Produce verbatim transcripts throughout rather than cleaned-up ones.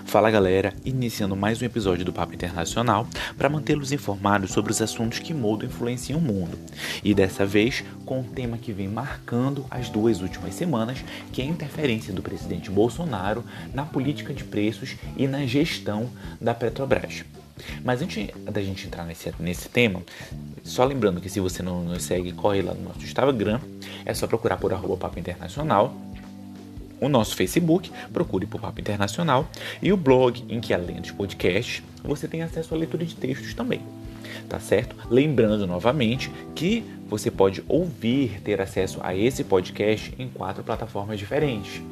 Fala galera, iniciando mais um episódio do Papo Internacional para mantê-los informados sobre os assuntos que mudam e influenciam o mundo. E dessa vez com um tema que vem marcando as duas últimas semanas, que é a interferência do presidente Bolsonaro na política de preços e na gestão da Petrobras. Mas antes da gente entrar nesse, nesse tema, só lembrando que se você não nos segue, corre lá no nosso Instagram, é só procurar por arroba Papo Internacional. O nosso Facebook, procure por Papo Internacional, e o blog, em que além dos podcasts, você tem acesso à leitura de textos também, tá certo? Lembrando novamente que você pode ouvir, ter acesso a esse podcast em quatro plataformas diferentes: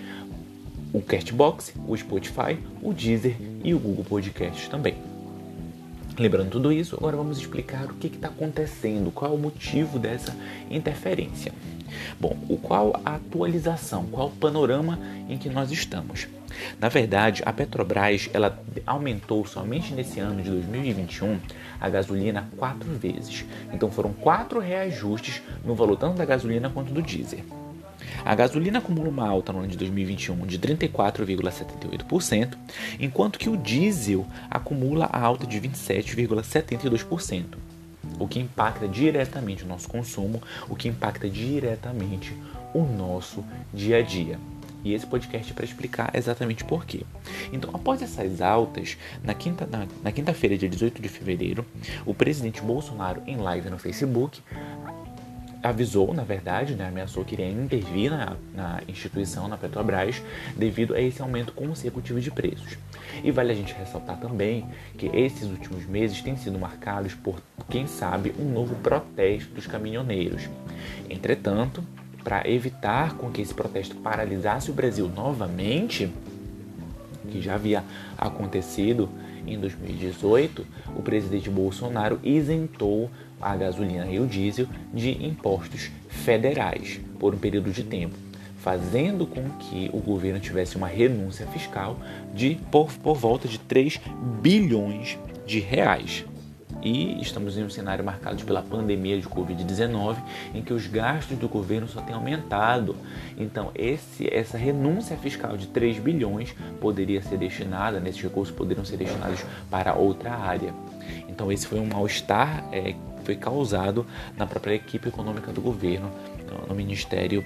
o Castbox, o Spotify, o Deezer e o Google Podcasts também. Lembrando tudo isso, agora vamos explicar o que está acontecendo, qual é o motivo dessa interferência. Bom, o qual a atualização, qual o panorama em que nós estamos? Na verdade, a Petrobras ela aumentou somente nesse ano de dois mil e vinte e um a gasolina quatro vezes. Então foram quatro reajustes no valor tanto da gasolina quanto do diesel. A gasolina acumula uma alta no ano de dois mil e vinte e um de trinta e quatro vírgula setenta e oito por cento, enquanto que o diesel acumula a alta de vinte e sete vírgula setenta e dois por cento, o que impacta diretamente o nosso consumo, o que impacta diretamente o nosso dia a dia. E esse podcast é para explicar exatamente por quê. Então, após essas altas, na, quinta, na, na quinta-feira, dia dezoito de fevereiro, o presidente Bolsonaro, em live no Facebook, avisou, na verdade, né, ameaçou que iria intervir na, na instituição, na Petrobras, devido a esse aumento consecutivo de preços. E vale a gente ressaltar também que esses últimos meses têm sido marcados por, quem sabe, um novo protesto dos caminhoneiros. Entretanto, para evitar com que esse protesto paralisasse o Brasil novamente, que já havia acontecido em dois mil e dezoito, o presidente Bolsonaro isentou a gasolina e o diesel de impostos federais por um período de tempo, fazendo com que o governo tivesse uma renúncia fiscal de por, por volta de três bilhões de reais. E estamos em um cenário marcado pela pandemia de covid dezenove, em que os gastos do governo só têm aumentado. Então, esse, essa renúncia fiscal de três bilhões poderia ser destinada, nesses recursos poderiam ser destinados para outra área. Então, esse foi um mal-estar é, que foi causado na própria equipe econômica do governo, no Ministério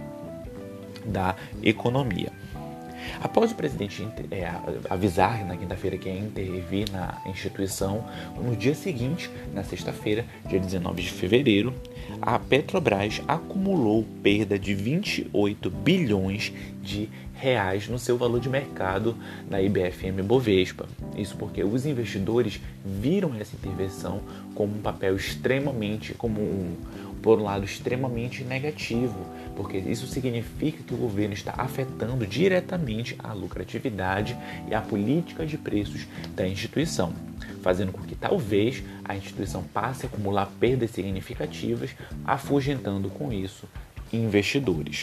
da Economia. Após o presidente é, avisar na quinta-feira que ia intervir na instituição, no dia seguinte, na sexta-feira, dia dezenove de fevereiro, a Petrobras acumulou perda de vinte e oito bilhões de reais no seu valor de mercado na I B F M Bovespa. Isso porque os investidores viram essa intervenção como um papel extremamente, como um, por um lado, extremamente negativo, porque isso significa que o governo está afetando diretamente a lucratividade e a política de preços da instituição, fazendo com que talvez a instituição passe a acumular perdas significativas, afugentando com isso investidores.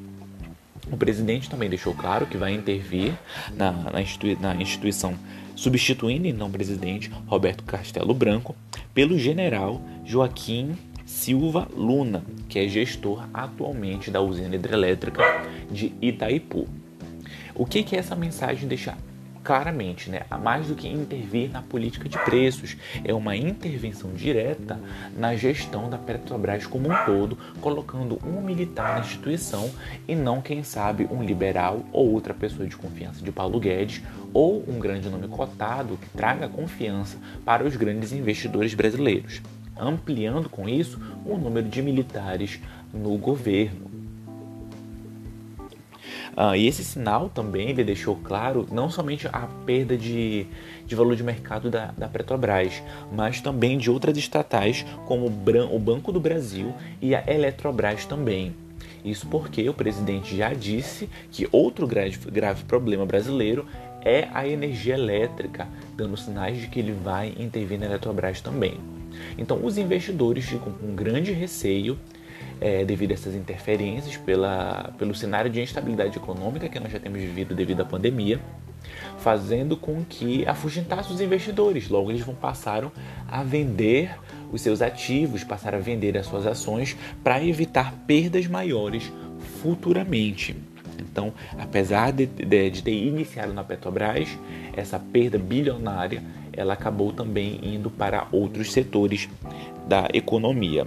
O presidente também deixou claro que vai intervir na, na, institui- na instituição, substituindo então o presidente Roberto Castelo Branco pelo general Joaquim Silva Luna, que é gestor atualmente da usina hidrelétrica de Itaipu. O que, que essa mensagem deixa claramente, né? Mais do que intervir na política de preços, é uma intervenção direta na gestão da Petrobras como um todo, colocando um militar na instituição e não, quem sabe, um liberal ou outra pessoa de confiança de Paulo Guedes, ou um grande nome cotado que traga confiança para os grandes investidores brasileiros, ampliando com isso o número de militares no governo. Ah, e esse sinal também ele deixou claro não somente a perda de, de valor de mercado da, da Petrobras, mas também de outras estatais como o Banco do Brasil e a Eletrobras também. Isso porque o presidente já disse que outro grave, grave problema brasileiro é a energia elétrica, dando sinais de que ele vai intervir na Eletrobras também. Então, os investidores ficam com um grande receio é, devido a essas interferências, pela, pelo cenário de instabilidade econômica que nós já temos vivido devido à pandemia, fazendo com que afugentasse os investidores. Logo, eles vão passar a vender os seus ativos, passar a vender as suas ações para evitar perdas maiores futuramente. Então, apesar de, de, de ter iniciado na Petrobras, essa perda bilionária, ela acabou também indo para outros setores da economia.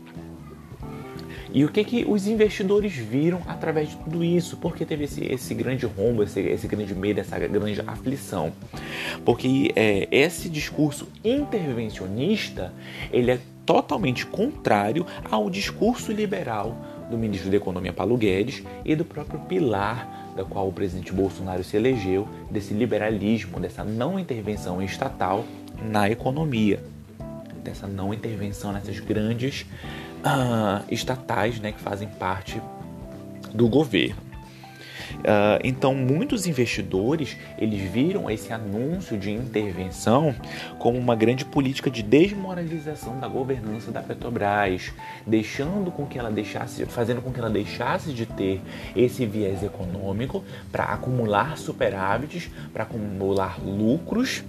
E o que, que os investidores viram através de tudo isso? Porque teve esse, esse grande rombo, esse, esse grande medo, essa grande aflição? Porque é, esse discurso intervencionista, ele é totalmente contrário ao discurso liberal do ministro da Economia, Paulo Guedes, e do próprio pilar da qual o presidente Bolsonaro se elegeu, desse liberalismo, dessa não intervenção estatal na economia, dessa não intervenção nessas grandes uh, estatais, né, que fazem parte do governo. Uh, então, muitos investidores, eles viram esse anúncio de intervenção como uma grande política de desmoralização da governança da Petrobras, deixando com que ela deixasse, fazendo com que ela deixasse de ter esse viés econômico para acumular superávites, para acumular lucros,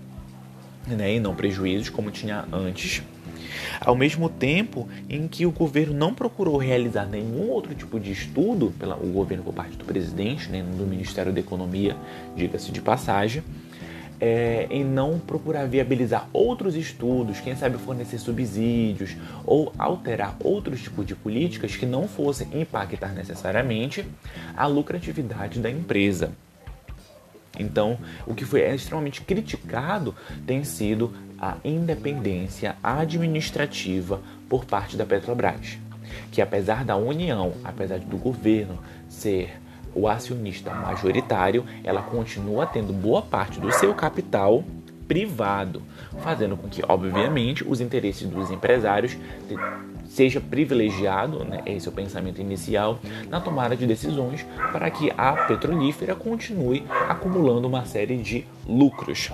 né, e não prejuízos como tinha antes. Ao mesmo tempo em que o governo não procurou realizar nenhum outro tipo de estudo, pela, o governo por parte do presidente, né, do Ministério da Economia, diga-se de passagem, é, em não procurar viabilizar outros estudos, quem sabe fornecer subsídios ou alterar outros tipos de políticas que não fossem impactar necessariamente a lucratividade da empresa. Então, o que foi extremamente criticado tem sido a independência administrativa por parte da Petrobras, que apesar da União, apesar do governo ser o acionista majoritário, ela continua tendo boa parte do seu capital privado, fazendo com que, obviamente, os interesses dos empresários seja privilegiado, né, esse é o pensamento inicial, na tomada de decisões para que a petrolífera continue acumulando uma série de lucros.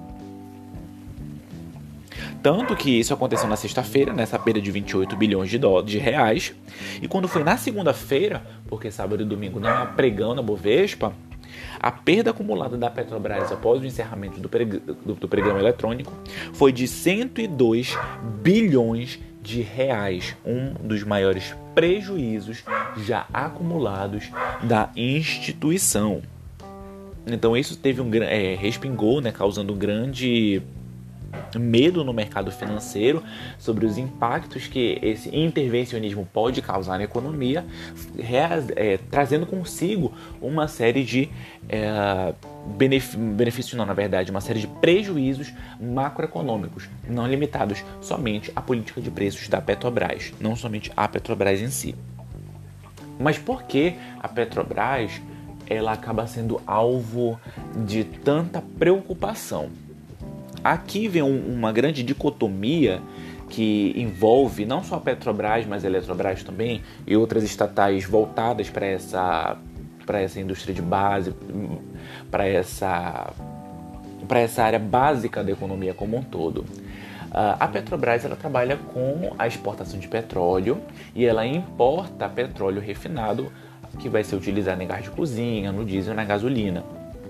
Tanto que isso aconteceu na sexta-feira, nessa perda de vinte e oito bilhões de, dólares, de reais, e quando foi na segunda-feira, porque sábado e domingo não há pregão na Bovespa, a perda acumulada da Petrobras após o encerramento do, preg- do, do pregão eletrônico foi de cento e dois bilhões de reais, um dos maiores prejuízos já acumulados da instituição. Então isso teve um é, respingou, né, causando um grande medo no mercado financeiro sobre os impactos que esse intervencionismo pode causar na economia, é, trazendo consigo uma série de é, benefícios, benefício não, na verdade, uma série de prejuízos macroeconômicos, não limitados somente à política de preços da Petrobras, não somente à Petrobras em si. Mas por que a Petrobras ela acaba sendo alvo de tanta preocupação? Aqui vem um, uma grande dicotomia que envolve não só a Petrobras, mas a Eletrobras também e outras estatais voltadas para essa, para essa indústria de base, para essa, para essa área básica da economia como um todo. Uh, a Petrobras ela trabalha com a exportação de petróleo e ela importa petróleo refinado que vai ser utilizado em gás de cozinha, no diesel e na gasolina.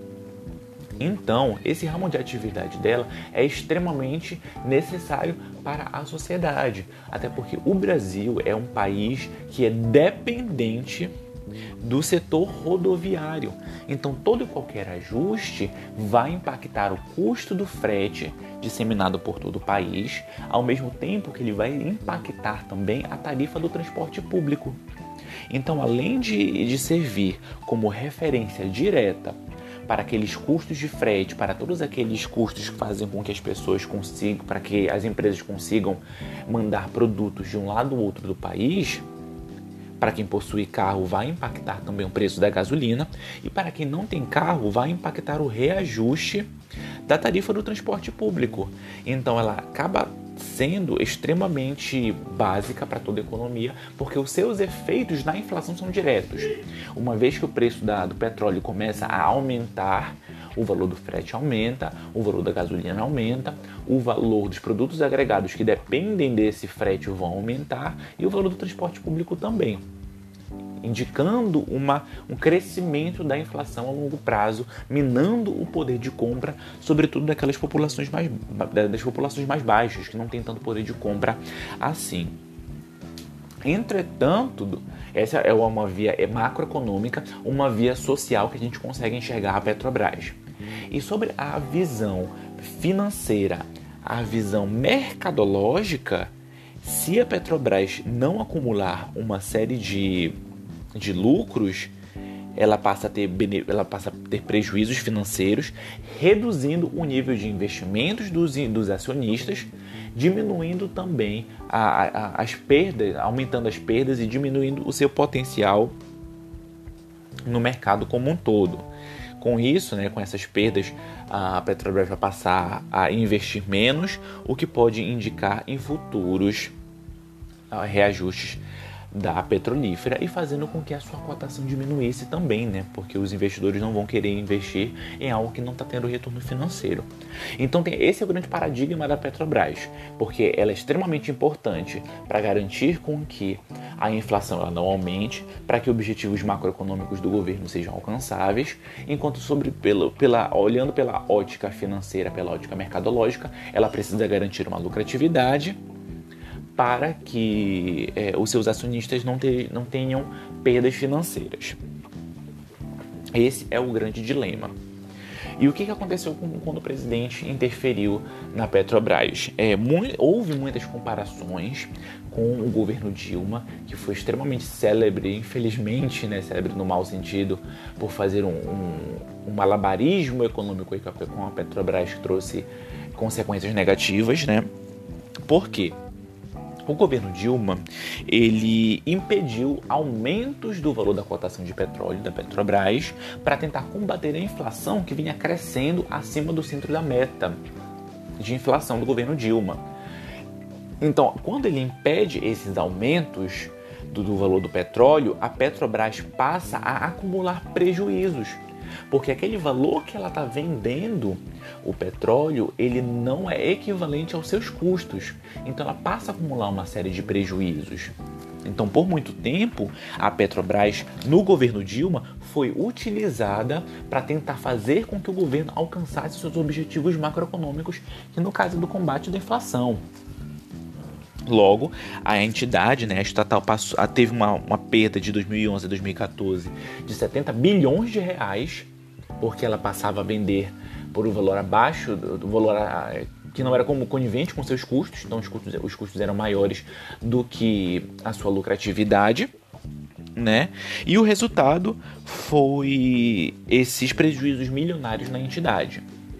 Então, esse ramo de atividade dela é extremamente necessário para a sociedade, até porque o Brasil é um país que é dependente do setor rodoviário. Então, todo e qualquer ajuste vai impactar o custo do frete disseminado por todo o país, ao mesmo tempo que ele vai impactar também a tarifa do transporte público. Então, além de, de servir como referência direta para aqueles custos de frete, para todos aqueles custos que fazem com que as pessoas consigam, para que as empresas consigam mandar produtos de um lado ou outro do país, para quem possui carro vai impactar também o preço da gasolina e para quem não tem carro vai impactar o reajuste da tarifa do transporte público. Então ela acaba sendo extremamente básica para toda a economia, porque os seus efeitos na inflação são diretos. Uma vez que o preço da, do petróleo começa a aumentar, o valor do frete aumenta, o valor da gasolina aumenta, o valor dos produtos agregados que dependem desse frete vão aumentar e o valor do transporte público também, indicando uma, um crescimento da inflação a longo prazo, minando o poder de compra, sobretudo daquelas populações mais, das populações mais baixas, que não têm tanto poder de compra assim. Entretanto, essa é uma via macroeconômica, uma via social que a gente consegue enxergar a Petrobras. E sobre a visão financeira, a visão mercadológica, se a Petrobras não acumular uma série de, de lucros, ela passa, a ter, ela passa a ter prejuízos financeiros, reduzindo o nível de investimentos dos, dos acionistas, diminuindo também a, a, as perdas, aumentando as perdas e diminuindo o seu potencial no mercado como um todo. Com isso, né, com essas perdas, a Petrobras vai passar a investir menos, o que pode indicar em futuros uh, reajustes da petrolífera e fazendo com que a sua cotação diminuísse também, né? Porque os investidores não vão querer investir em algo que não está tendo retorno financeiro. Então tem, esse é o grande paradigma da Petrobras, porque ela é extremamente importante para garantir com que a inflação ela não aumente, para que objetivos macroeconômicos do governo sejam alcançáveis, enquanto sobre, pelo, pela, olhando pela ótica financeira, pela ótica mercadológica, ela precisa garantir uma lucratividade para que é, os seus acionistas não, ter, não tenham perdas financeiras. Esse é o grande dilema. E o que aconteceu quando o presidente interferiu na Petrobras? É, muito, houve muitas comparações com o governo Dilma, que foi extremamente célebre, infelizmente, né, célebre no mau sentido, por fazer um, um, um malabarismo econômico com a Petrobras que trouxe consequências negativas, né? Por quê? O governo Dilma, ele impediu aumentos do valor da cotação de petróleo da Petrobras para tentar combater a inflação que vinha crescendo acima do centro da meta de inflação do governo Dilma. Então, quando ele impede esses aumentos do, do valor do petróleo, a Petrobras passa a acumular prejuízos. Porque aquele valor que ela está vendendo, o petróleo, ele não é equivalente aos seus custos. Então ela passa a acumular uma série de prejuízos. Então, por muito tempo, a Petrobras, no governo Dilma, foi utilizada para tentar fazer com que o governo alcançasse seus objetivos macroeconômicos, que no caso do combate da inflação. Logo, a entidade, né, a estatal, passou, teve uma, uma perda de dois mil e onze a dois mil e catorze de setenta bilhões de reais, porque ela passava a vender por um valor abaixo do, do valor a, que não era como conivente com seus custos, então os custos, os custos eram maiores do que a sua lucratividade, né? E o resultado foi esses prejuízos milionários na entidade.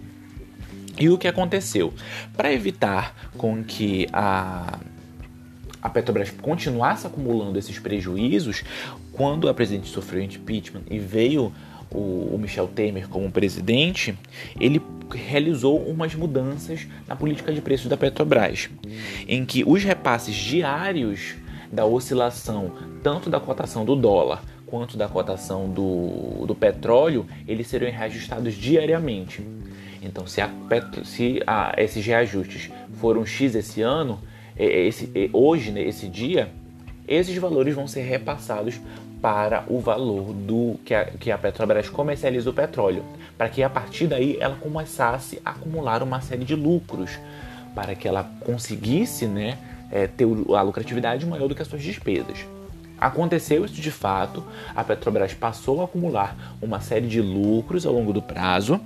E o que aconteceu? Para evitar com que a a Petrobras continuasse acumulando esses prejuízos, quando a presidente sofreu impeachment e veio o, o Michel Temer como presidente, ele realizou umas mudanças na política de preços da Petrobras, em que os repasses diários da oscilação, tanto da cotação do dólar quanto da cotação do, do petróleo, eles seriam reajustados diariamente. Então, se, a, se a, esses reajustes foram X esse ano, Esse, hoje, nesse dia, esses valores vão ser repassados para o valor do que a, que a Petrobras comercializa o petróleo, para que a partir daí ela começasse a acumular uma série de lucros, para que ela conseguisse, né, é, ter a lucratividade maior do que as suas despesas. Aconteceu isso de fato, a Petrobras passou a acumular uma série de lucros ao longo do prazo.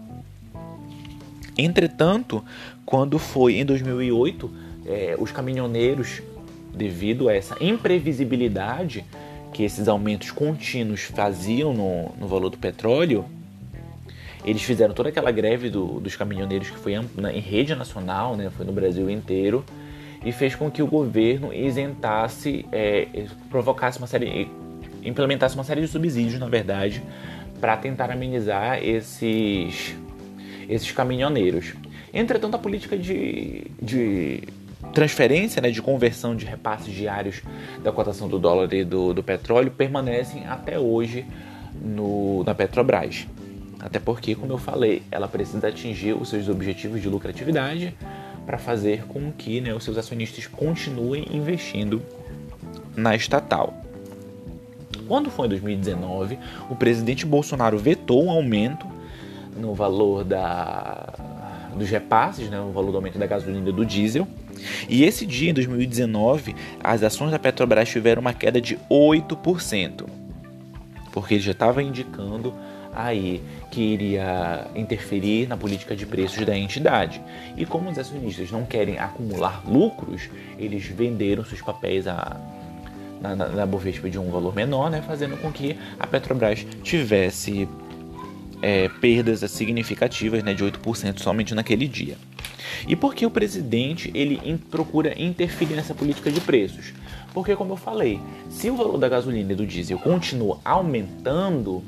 Entretanto, quando foi em dois mil e oito, É, os caminhoneiros, devido a essa imprevisibilidade que esses aumentos contínuos faziam no, no valor do petróleo, eles fizeram toda aquela greve do, dos caminhoneiros que foi na, em rede nacional, né, foi no Brasil inteiro, e fez com que o governo isentasse, é, provocasse uma série, implementasse uma série de subsídios, na verdade, para tentar amenizar esses, esses caminhoneiros. Entretanto, a política de, de transferência, né, de conversão de repasses diários da cotação do dólar e do, do petróleo permanecem até hoje no, na Petrobras. Até porque, como eu falei, ela precisa atingir os seus objetivos de lucratividade para fazer com que, né, os seus acionistas continuem investindo na estatal. Quando foi em dois mil e dezenove, o presidente Bolsonaro vetou um aumento no valor da... dos repasses, né, o valor do aumento da gasolina e do diesel, E esse dia, em dois mil e dezenove, as ações da Petrobras tiveram uma queda de oito por cento, porque ele já estava indicando aí que iria interferir na política de preços da entidade. E como os acionistas não querem acumular lucros, eles venderam seus papéis a, na, na, na Bovespa de um valor menor, né, fazendo com que a Petrobras tivesse é, perdas significativas, né, de oito por cento somente naquele dia. E por que o presidente ele in, procura interferir nessa política de preços? Porque, como eu falei, se o valor da gasolina e do diesel continua aumentando,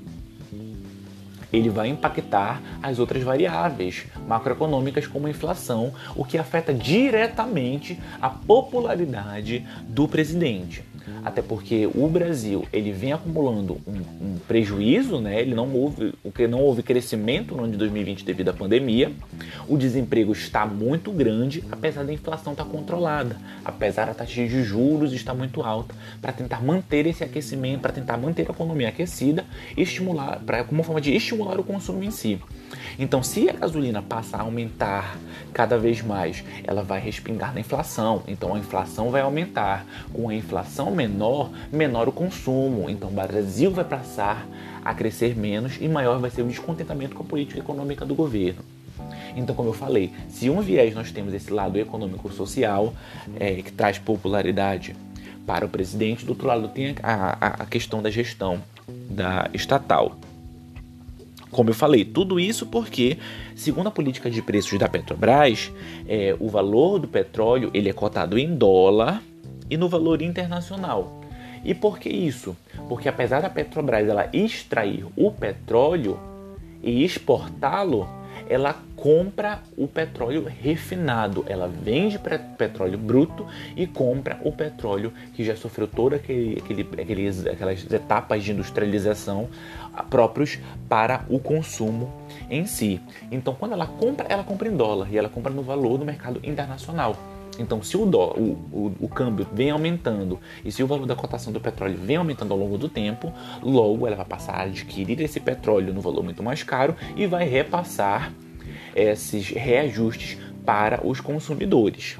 ele vai impactar as outras variáveis macroeconômicas como a inflação, o que afeta diretamente a popularidade do presidente. Até porque o Brasil ele vem acumulando um, um prejuízo, né? Ele não houve, o que não houve crescimento no ano de dois mil e vinte devido à pandemia. O desemprego está muito grande, apesar da inflação estar controlada, apesar da taxa de juros estar muito alta, para tentar manter esse aquecimento, para tentar manter a economia aquecida e estimular, pra, como forma de estimular o consumo em si. Então, se a gasolina passa a aumentar cada vez mais, ela vai respingar na inflação. Então, a inflação vai aumentar. Com a inflação menor, menor o consumo. Então, o Brasil vai passar a crescer menos e maior vai ser o descontentamento com a política econômica do governo. Então, como eu falei, se um viés nós temos esse lado econômico-social, é, que traz popularidade para o presidente, do outro lado tem a, a, a questão da gestão da estatal. Como eu falei, tudo isso porque, segundo a política de preços da Petrobras, é, o valor do petróleo ele é cotado em dólar e no valor internacional. E por que isso? Porque apesar da Petrobras ela extrair o petróleo e exportá-lo, ela compra o petróleo refinado, ela vende petróleo bruto e compra o petróleo que já sofreu todas aquele, aquele, aqueles, aquelas etapas de industrialização próprios para o consumo em si. Então, quando ela compra, ela compra em dólar e ela compra no valor do mercado internacional. Então, se o, dólar, o, o, o câmbio vem aumentando e se o valor da cotação do petróleo vem aumentando ao longo do tempo, logo ela vai passar a adquirir esse petróleo no valor muito mais caro e vai repassar esses reajustes para os consumidores.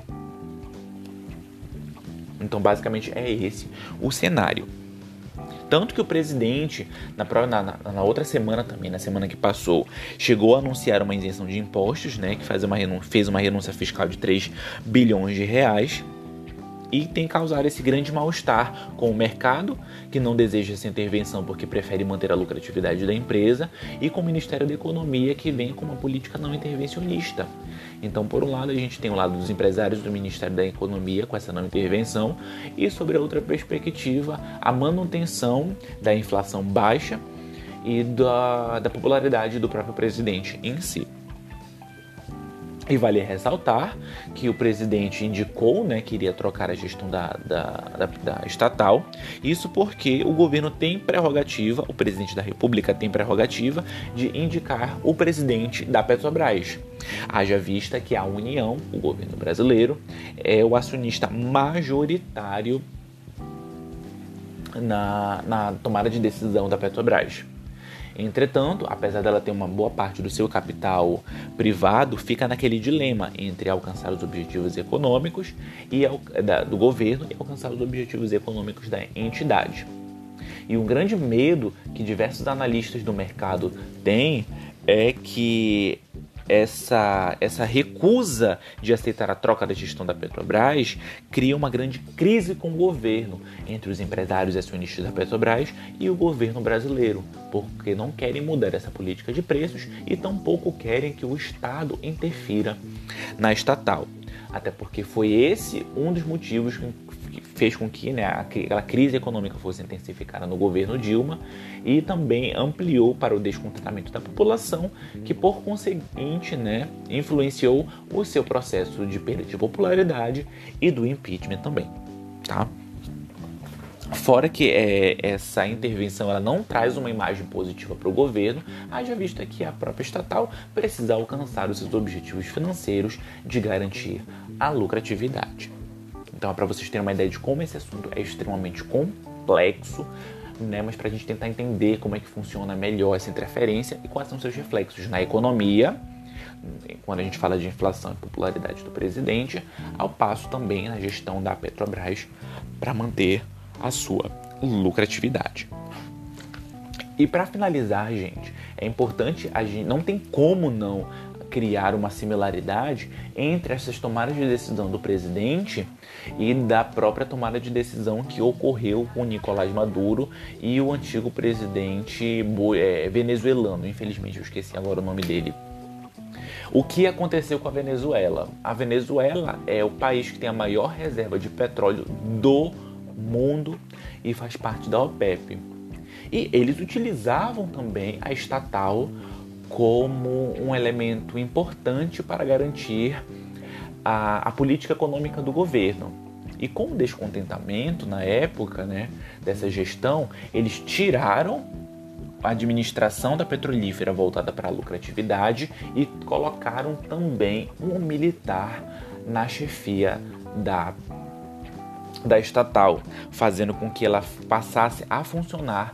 Então, basicamente, é esse o cenário. Tanto que o presidente, na, na, na outra semana também, na semana que passou, chegou a anunciar uma isenção de impostos, né, que faz uma renúncia, fez uma renúncia fiscal de três bilhões de reais, e tem causado esse grande mal-estar com o mercado, que não deseja essa intervenção porque prefere manter a lucratividade da empresa, e com o Ministério da Economia, que vem com uma política não intervencionista. Então, por um lado, a gente tem o lado dos empresários do Ministério da Economia com essa não intervenção, e sobre a outra perspectiva, a manutenção da inflação baixa e da, da popularidade do próprio presidente em si. E vale ressaltar que o presidente indicou, né, que iria trocar a gestão da, da, da, da estatal. Isso porque o governo tem prerrogativa, o presidente da República tem prerrogativa de indicar o presidente da Petrobras. Haja vista que a União, o governo brasileiro, é o acionista majoritário na, na tomada de decisão da Petrobras. Entretanto, apesar dela ter uma boa parte do seu capital privado, fica naquele dilema entre alcançar os objetivos econômicos e, da, do governo e alcançar os objetivos econômicos da entidade. E um grande medo que diversos analistas do mercado têm é que essa, essa recusa de aceitar a troca da gestão da Petrobras cria uma grande crise com o governo, entre os empresários e acionistas da Petrobras e o governo brasileiro, porque não querem mudar essa política de preços e tampouco querem que o Estado interfira na estatal. Até porque foi esse um dos motivos que fez com que, né, aquela crise econômica fosse intensificada no governo Dilma e também ampliou para o descontentamento da população, que por conseguinte, né, influenciou o seu processo de perda de popularidade e do impeachment também, tá? Fora que é, essa intervenção ela não traz uma imagem positiva para o governo, haja vista que a própria estatal precisa alcançar os seus objetivos financeiros de garantir a lucratividade. Então, é para vocês terem uma ideia de como esse assunto é extremamente complexo, né? Mas para a gente tentar entender como é que funciona melhor essa interferência e quais são seus reflexos na economia, quando a gente fala de inflação e popularidade do presidente, ao passo também na gestão da Petrobras para manter a sua lucratividade. E para finalizar, gente, é importante, a gente não tem como não criar uma similaridade entre essas tomadas de decisão do presidente e da própria tomada de decisão que ocorreu com Nicolás Maduro e o antigo presidente venezuelano. Infelizmente, eu esqueci agora o nome dele. O que aconteceu com a Venezuela? A Venezuela é o país que tem a maior reserva de petróleo do mundo e faz parte da OPEP. E eles utilizavam também a estatal como um elemento importante para garantir a, a política econômica do governo. E com o descontentamento na época, né, dessa gestão, eles tiraram a administração da petrolífera voltada para a lucratividade e colocaram também um militar na chefia da, da estatal, fazendo com que ela passasse a funcionar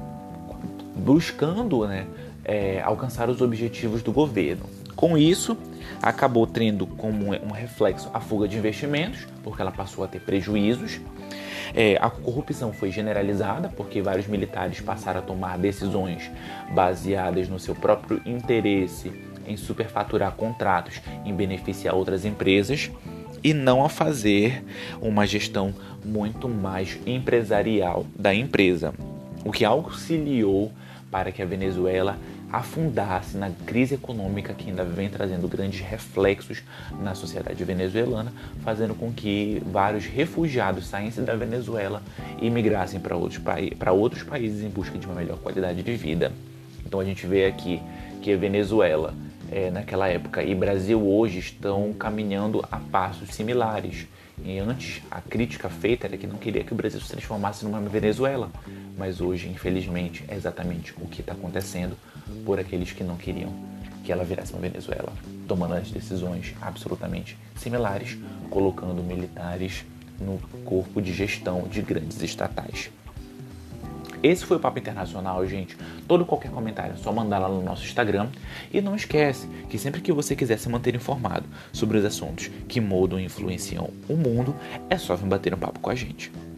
buscando, né, É, alcançar os objetivos do governo. Com isso, acabou tendo como um reflexo a fuga de investimentos, porque ela passou a ter prejuízos. É, a corrupção foi generalizada, porque vários militares passaram a tomar decisões baseadas no seu próprio interesse em superfaturar contratos, em beneficiar outras empresas, e não a fazer uma gestão muito mais empresarial da empresa, o que auxiliou para que a Venezuela afundasse na crise econômica que ainda vem trazendo grandes reflexos na sociedade venezuelana, fazendo com que vários refugiados saíssem da Venezuela e migrassem para outros, para outros países em busca de uma melhor qualidade de vida. Então a gente vê aqui que a Venezuela, é, naquela época, e Brasil hoje estão caminhando a passos similares. E antes, a crítica feita era que não queria que o Brasil se transformasse numa Venezuela. Mas hoje, infelizmente, é exatamente o que está acontecendo por aqueles que não queriam que ela virasse uma Venezuela, tomando as decisões absolutamente similares, colocando militares no corpo de gestão de grandes estatais. Esse foi o Papo Internacional, gente. Todo qualquer comentário é só mandar lá no nosso Instagram. E não esquece que sempre que você quiser se manter informado sobre os assuntos que moldam e influenciam o mundo, é só vir bater um papo com a gente.